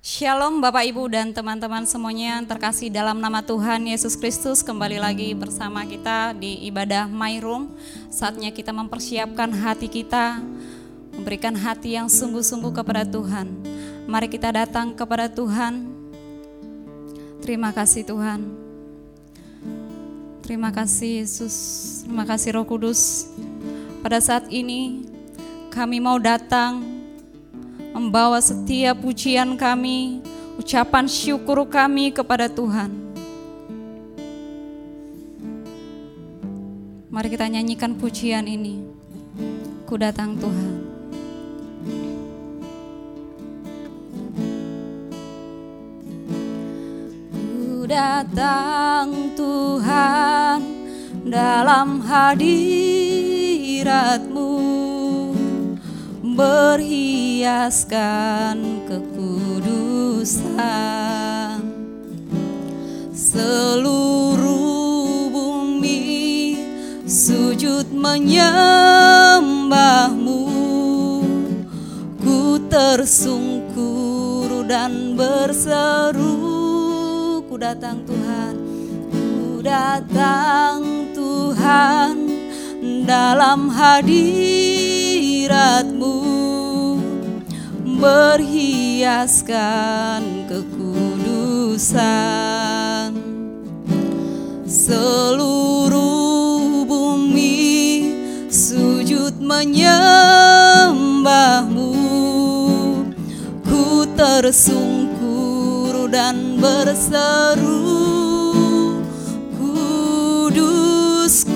Shalom Bapak Ibu dan teman-teman semuanya yang terkasih dalam nama Tuhan Yesus Kristus. Kembali lagi bersama kita di ibadah My Room. Saatnya kita mempersiapkan hati kita, memberikan hati yang sungguh-sungguh kepada Tuhan. Mari kita datang kepada Tuhan. Terima kasih Tuhan. Terima kasih Yesus. Terima kasih Roh Kudus. Pada saat ini kami mau datang membawa setiap pujian kami, ucapan syukur kami kepada Tuhan. Mari kita nyanyikan pujian ini. Ku datang Tuhan. Ku datang Tuhan dalam hadirat-Mu, berhiaskan kekudusan. Seluruh bumi sujud menyembah-Mu. Ku tersungkur dan berseru, ku datang Tuhan. Ku datang Tuhan dalam hadirat-Mu, berhiaskan kekudusan. Seluruh bumi sujud menyembah-Mu. Ku tersungkur dan berseru, Kudus,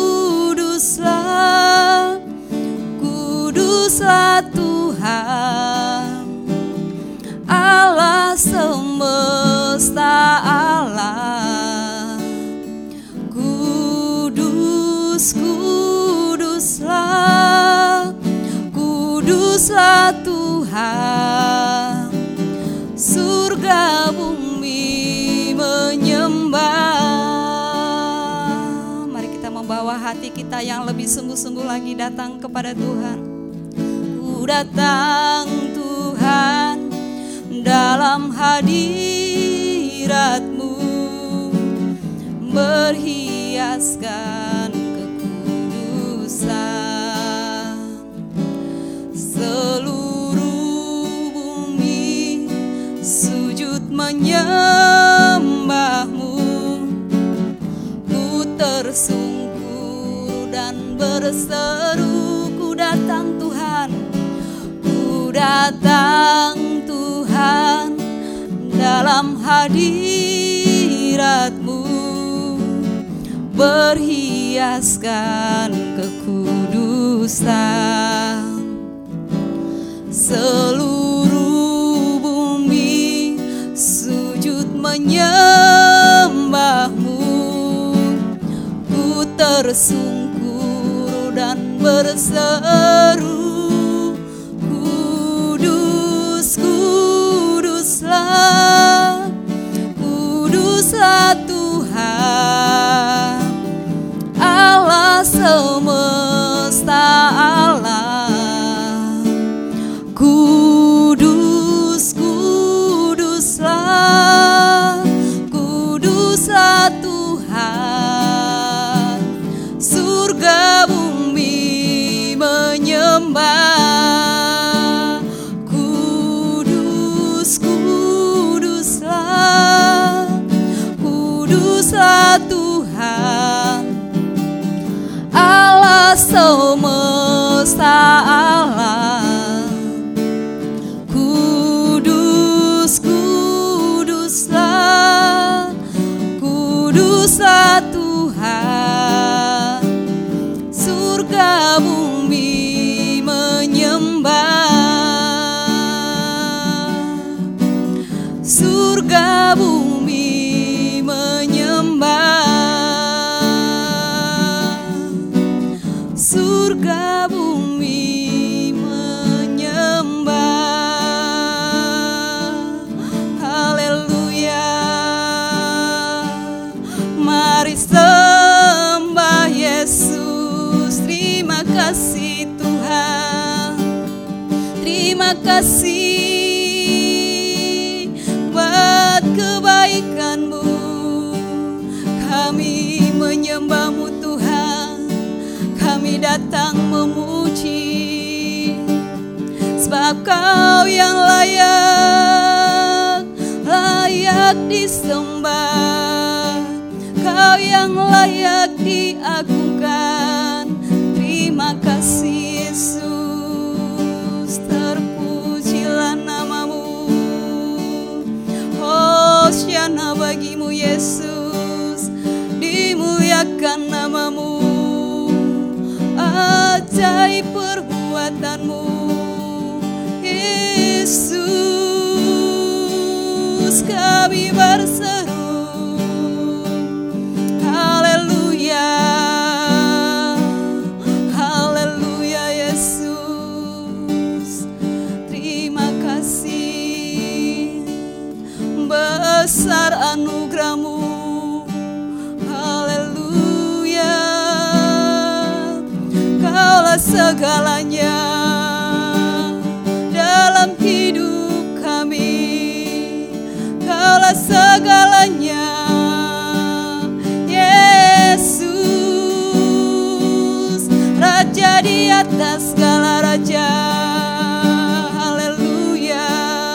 Kuduslah, Kuduslah Tuhan, Allah semesta alam. Kudus, Kuduslah, Kuduslah Tuhan, surga bumi menyembah. Mari kita membawa hati kita yang lebih sungguh-sungguh lagi datang kepada Tuhan. Ku datang Tuhan dalam hadirat-Mu, berhiaskan kekudusan. Seluruh bumi sujud menyembah-Mu. Ku tersungkur dan berseru, ku datang Tuhan. Ku datang Tuhan dalam hadirat-Mu, berhiaskan kekudusan. Seluruh bumi sujud menyembah-Mu. Ku tersungkur dan berseru, Kuduslah, Kuduslah Tuhan, Allah semesta alam. Kudus, Kuduslah, Kuduslah Tuhan, surga bumi menyembah. Kuduslah Tuhan, Allah semesta alam. Kudus, Kuduslah, Kuduslah Tuhan, surga bumi menyembah. Surga bumi surga bumi menyembah. Haleluya. Mari sembah Yesus. Terima kasih Tuhan. Terima kasih kebaikan-Mu. Kami menyembah-Mu Tuhan, kami datang memuji, sebab Kau yang layak, layak disembah, Kau yang layak diagungkan. Terima kasih Yesus, terpujilah nama-Mu. Hosana bagi-Mu Yesus, dimuliakan nama-Mu. Ajaib perbuatan-Mu Yesus, kami berseru haleluya, haleluya Yesus. Terima kasih, besar anugerah-Mu, haleluya. Kaulah segalanya dalam hidup kami, Kaulah segalanya Yesus, Raja di atas segala raja, haleluya.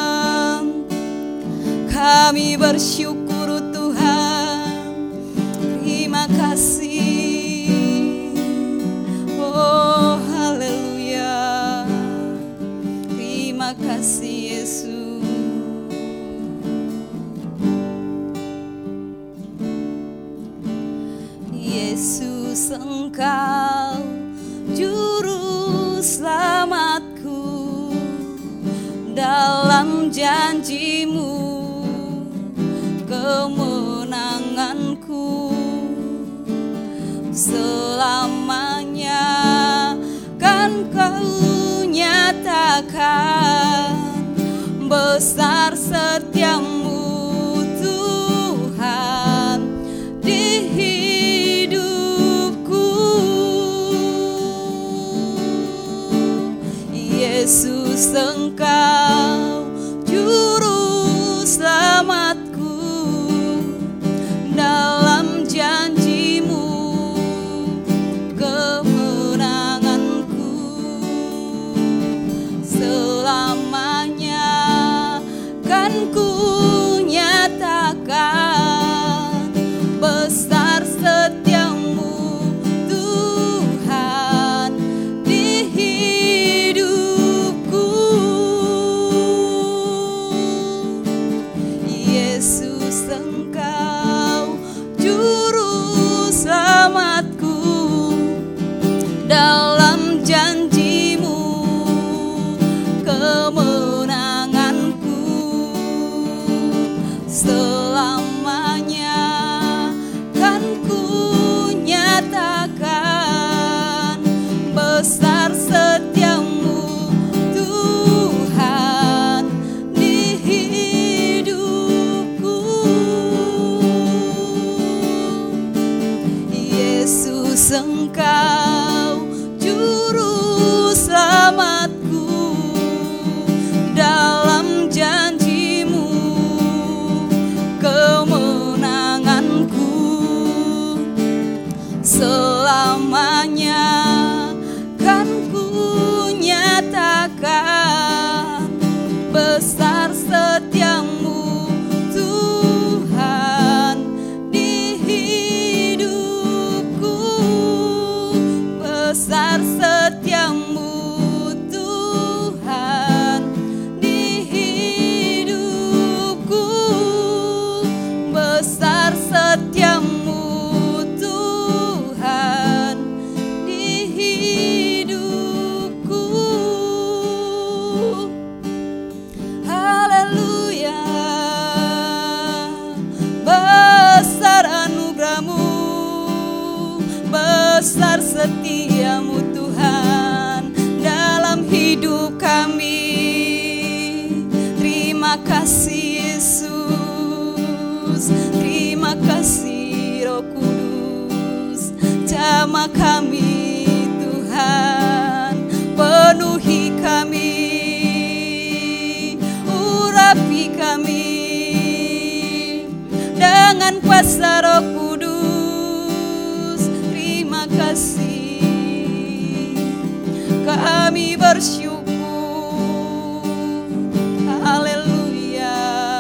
Kami bersyukur Tuhan, terima kasih. Oh haleluya, terima kasih Yesus. Yesus, Engkau juru selamatku, dalam janji-Mu kemenanganku. Selamanya kan Kau nyatakan, besar setia-Mu Tuhan di hidupku. Yesus, Engkau juru selamatku, dalam janji-Mu kemenanganku. Selamanya kan ku nyatakan, besar setia-Mu Tuhan di hidupku. Yesus, Engkau juru selamatku, dalam janji-Mu kemenanganku. Selamanya kan ku nyatakan, besar setia-Mu Tuhan di hidupku. Yesus, Engkau juru selamatku, dalam janji-Mu kemenanganku. Selamanya kan ku nyatakan, besar setia-Mu Tuhan di hidupku. Besar setia-Mu Tuhan di hidupku. Besar setia-Mu Tuhan di hidupku. Haleluya, besar anugerah-Mu, besar setia-Mu Tuhan dalam hidup kami. Terima kasih Yesus, terima kasih Roh Kudus, jamah kami, Tuhan, penuhi kami, urapi kami, dengan kuasa Roh Kudus. Terima kasih, kami bersyukur. Haleluya,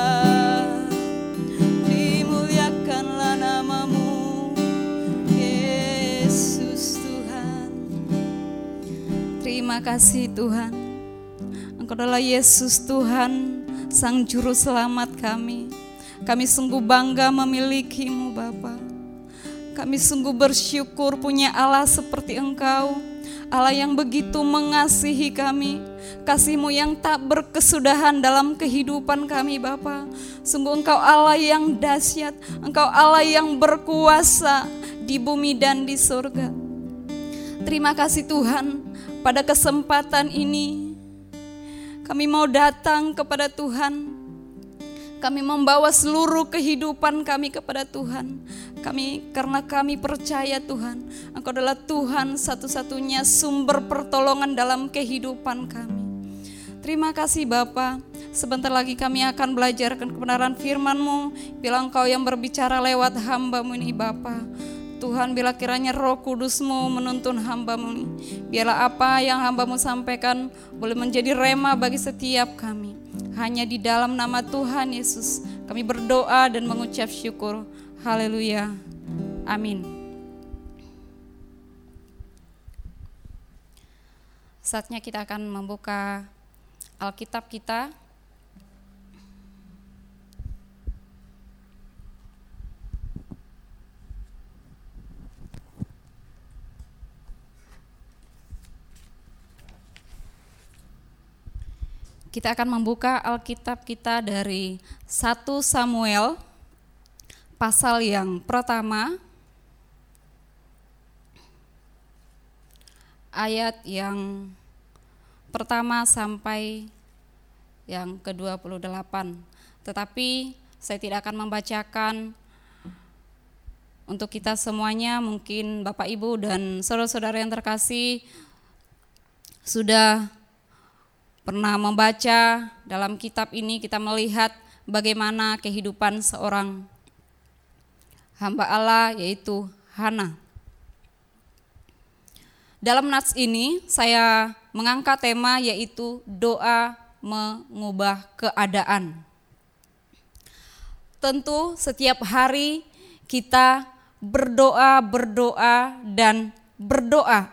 dimuliakanlah namamu Yesus Tuhan. Terima kasih Tuhan, Engkau adalah Yesus Tuhan, Sang Juru Selamat kami. Kami sungguh bangga memilikimu Bapa. Kami sungguh bersyukur punya Allah seperti Engkau, Allah yang begitu mengasihi kami, kasih-Mu yang tak berkesudahan dalam kehidupan kami Bapa. Sungguh Engkau Allah yang dahsyat, Engkau Allah yang berkuasa di bumi dan di surga. Terima kasih Tuhan, pada kesempatan ini kami mau datang kepada Tuhan. Kami membawa seluruh kehidupan kami kepada Tuhan. Karena kami percaya Tuhan, Engkau adalah Tuhan satu-satunya sumber pertolongan dalam kehidupan kami. Terima kasih Bapa. Sebentar lagi kami akan belajarkan kebenaran firman-Mu. Bila Engkau yang berbicara lewat hamba-Mu ini Bapa. Tuhan, bila kiranya Roh Kudus-Mu menuntun hamba-Mu ini, biarlah apa yang hamba-Mu sampaikan boleh menjadi rema bagi setiap kami. Hanya di dalam nama Tuhan Yesus kami berdoa dan mengucap syukur. Haleluya. Amin. Saatnya kita akan membuka Alkitab kita. Kita akan membuka Alkitab kita dari 1 Samuel pasal yang pertama, ayat yang pertama sampai yang ke-28. Tetapi saya tidak akan membacakan untuk kita semuanya. Mungkin Bapak Ibu dan saudara-saudara yang terkasih sudah pernah membaca dalam kitab ini. Kita melihat bagaimana kehidupan seorang hamba Allah, yaitu Hana. Dalam nats ini saya mengangkat tema yaitu doa mengubah keadaan. Tentu setiap hari kita berdoa dan berdoa.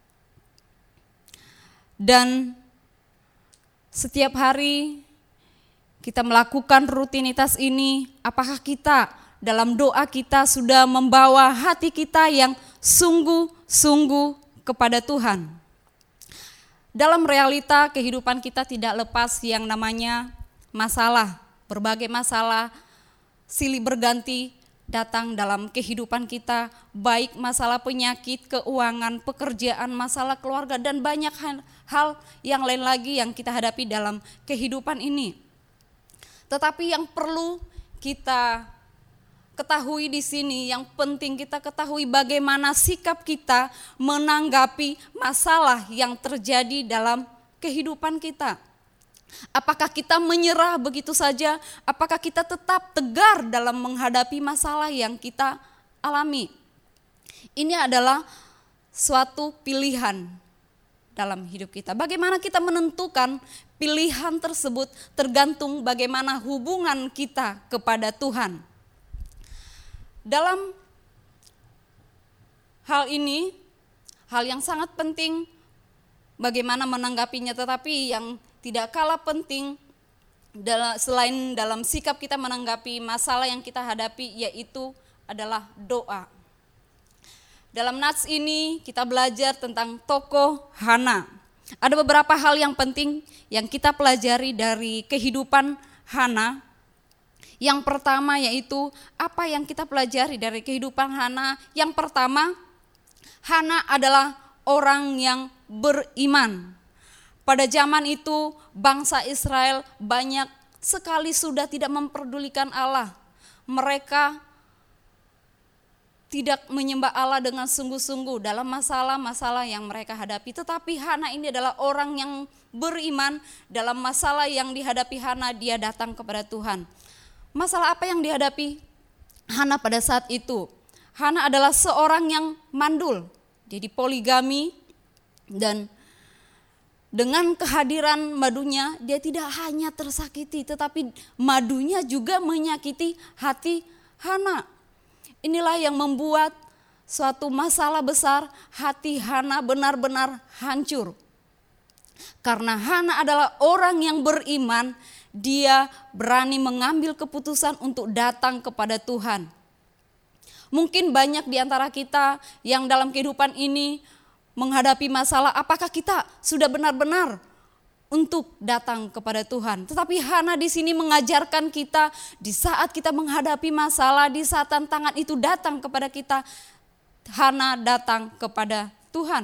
Dan setiap hari kita melakukan rutinitas ini, apakah kita dalam doa kita sudah membawa hati kita yang sungguh-sungguh kepada Tuhan? Dalam realita kehidupan kita tidak lepas yang namanya masalah. Berbagai masalah silih berganti datang dalam kehidupan kita, baik masalah penyakit, keuangan, pekerjaan, masalah keluarga, dan banyak hal yang lain lagi yang kita hadapi dalam kehidupan ini. Tetapi yang perlu kita ketahui di sini, yang penting kita ketahui bagaimana sikap kita menanggapi masalah yang terjadi dalam kehidupan kita. Apakah kita menyerah begitu saja? Apakah kita tetap tegar dalam menghadapi masalah yang kita alami? Ini adalah suatu pilihan dalam hidup kita. Bagaimana kita menentukan pilihan tersebut tergantung bagaimana hubungan kita kepada Tuhan. Dalam hal ini, hal yang sangat penting bagaimana menanggapinya, tetapi yang tidak kalah penting selain dalam sikap kita menanggapi masalah yang kita hadapi, yaitu adalah doa. Dalam nats ini kita belajar tentang tokoh Hana. Ada beberapa hal yang penting yang kita pelajari dari kehidupan Hana. Yang pertama yaitu apa yang kita pelajari dari kehidupan Hana. Yang pertama, Hana adalah orang yang beriman. Pada zaman itu bangsa Israel banyak sekali sudah tidak memperdulikan Allah. Mereka tidak menyembah Allah dengan sungguh-sungguh dalam masalah-masalah yang mereka hadapi. Tetapi Hana ini adalah orang yang beriman. Dalam masalah yang dihadapi Hana, dia datang kepada Tuhan. Masalah apa yang dihadapi Hana pada saat itu. Hana adalah seorang yang mandul, jadi poligami, dan dengan kehadiran madunya dia tidak hanya tersakiti, tetapi madunya juga menyakiti hati Hana. Inilah yang membuat suatu masalah besar, hati Hana benar-benar hancur. Karena Hana adalah orang yang beriman, dia berani mengambil keputusan untuk datang kepada Tuhan. Mungkin banyak di antara kita yang dalam kehidupan ini menghadapi masalah, apakah kita sudah benar-benar untuk datang kepada Tuhan. Tetapi Hana di sini mengajarkan kita, di saat kita menghadapi masalah, di saat tantangan itu datang kepada kita, Hana datang kepada Tuhan.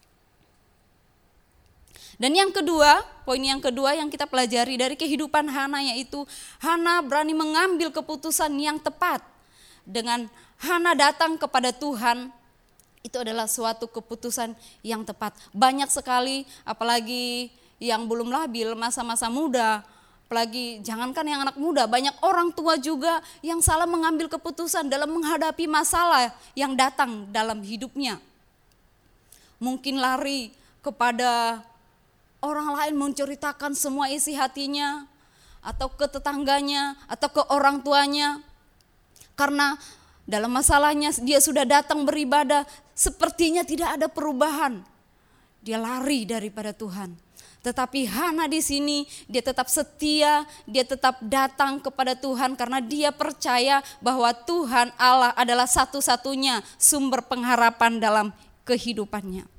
Dan yang kedua, poin yang kedua yang kita pelajari dari kehidupan Hana, yaitu Hana berani mengambil keputusan yang tepat. Dengan Hana datang kepada Tuhan, itu adalah suatu keputusan yang tepat. Banyak sekali, apalagi yang belum labil, masa-masa muda, apalagi jangankan yang anak muda, banyak orang tua juga yang salah mengambil keputusan dalam menghadapi masalah yang datang dalam hidupnya. Mungkin lari kepada orang lain menceritakan semua isi hatinya, atau ke tetangganya, atau ke orang tuanya. Karena dalam masalahnya dia sudah datang beribadah, sepertinya tidak ada perubahan. Dia lari daripada Tuhan. Tetapi Hana di sini dia tetap setia, dia tetap datang kepada Tuhan karena dia percaya bahwa Tuhan Allah adalah satu-satunya sumber pengharapan dalam kehidupannya.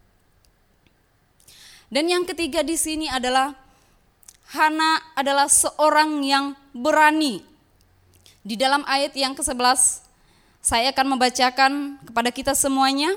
Dan yang ketiga di sini adalah Hana adalah seorang yang berani. Di dalam ayat yang ke-11 saya akan membacakan kepada kita semuanya.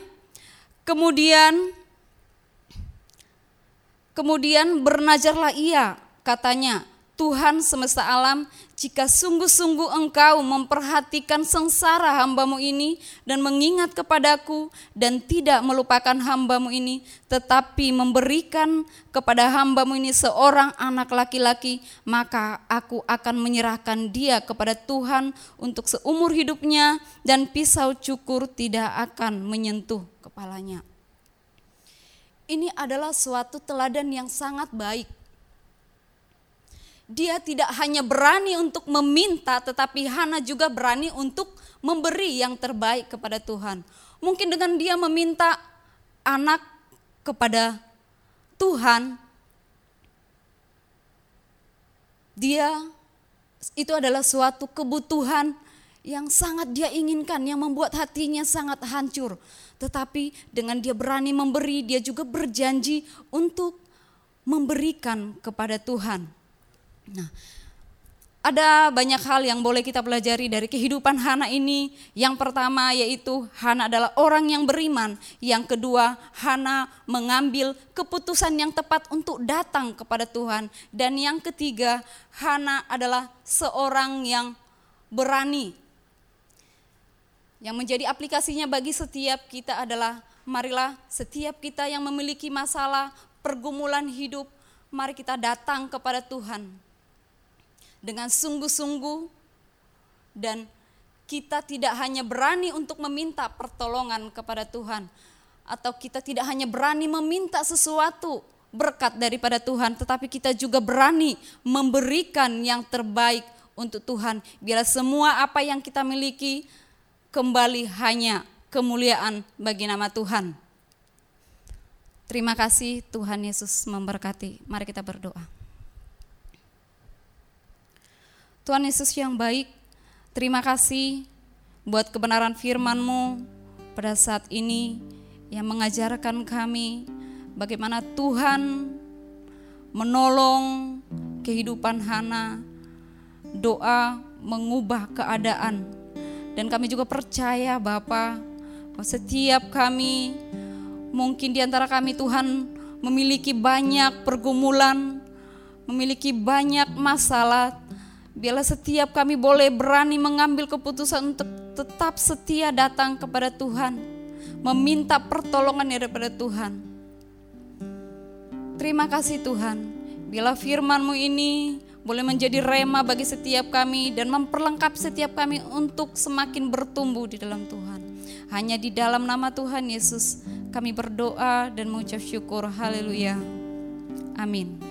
Kemudian bernazarlah ia, katanya, Tuhan semesta alam, jika sungguh-sungguh engkau memperhatikan sengsara hambamu ini dan mengingat kepadaku dan tidak melupakan hambamu ini, tetapi memberikan kepada hambamu ini seorang anak laki-laki, maka aku akan menyerahkan dia kepada Tuhan untuk seumur hidupnya dan pisau cukur tidak akan menyentuh kepalanya. Ini adalah suatu teladan yang sangat baik. Dia tidak hanya berani untuk meminta, tetapi Hana juga berani untuk memberi yang terbaik kepada Tuhan. Mungkin dengan dia meminta anak kepada Tuhan, itu adalah suatu kebutuhan yang sangat dia inginkan, yang membuat hatinya sangat hancur. Tetapi dengan dia berani memberi, dia juga berjanji untuk memberikan kepada Tuhan. Nah, ada banyak hal yang boleh kita pelajari dari kehidupan Hana ini. Yang pertama yaitu Hana adalah orang yang beriman. Yang kedua, Hana mengambil keputusan yang tepat untuk datang kepada Tuhan. Dan yang ketiga, Hana adalah seorang yang berani. Yang menjadi aplikasinya bagi setiap kita adalah, marilah setiap kita yang memiliki masalah, pergumulan hidup, mari kita datang kepada Tuhan dengan sungguh-sungguh, dan kita tidak hanya berani untuk meminta pertolongan kepada Tuhan, atau kita tidak hanya berani meminta sesuatu berkat daripada Tuhan, tetapi kita juga berani memberikan yang terbaik untuk Tuhan. Biarlah semua apa yang kita miliki kembali hanya kemuliaan bagi nama Tuhan. Terima kasih, Tuhan Yesus memberkati. Mari kita berdoa. Tuhan Yesus yang baik, terima kasih buat kebenaran firman-Mu pada saat ini yang mengajarkan kami bagaimana Tuhan menolong kehidupan Hana, doa mengubah keadaan. Dan kami juga percaya Bapa, bahwa setiap kami, mungkin di antara kami Tuhan memiliki banyak pergumulan, memiliki banyak masalah. Biarlah setiap kami boleh berani mengambil keputusan untuk tetap setia datang kepada Tuhan, meminta pertolongan daripada Tuhan. Terima kasih Tuhan, bila firman-Mu ini boleh menjadi rema bagi setiap kami dan memperlengkapi setiap kami untuk semakin bertumbuh di dalam Tuhan. Hanya di dalam nama Tuhan Yesus kami berdoa dan mengucap syukur. Haleluya. Amin.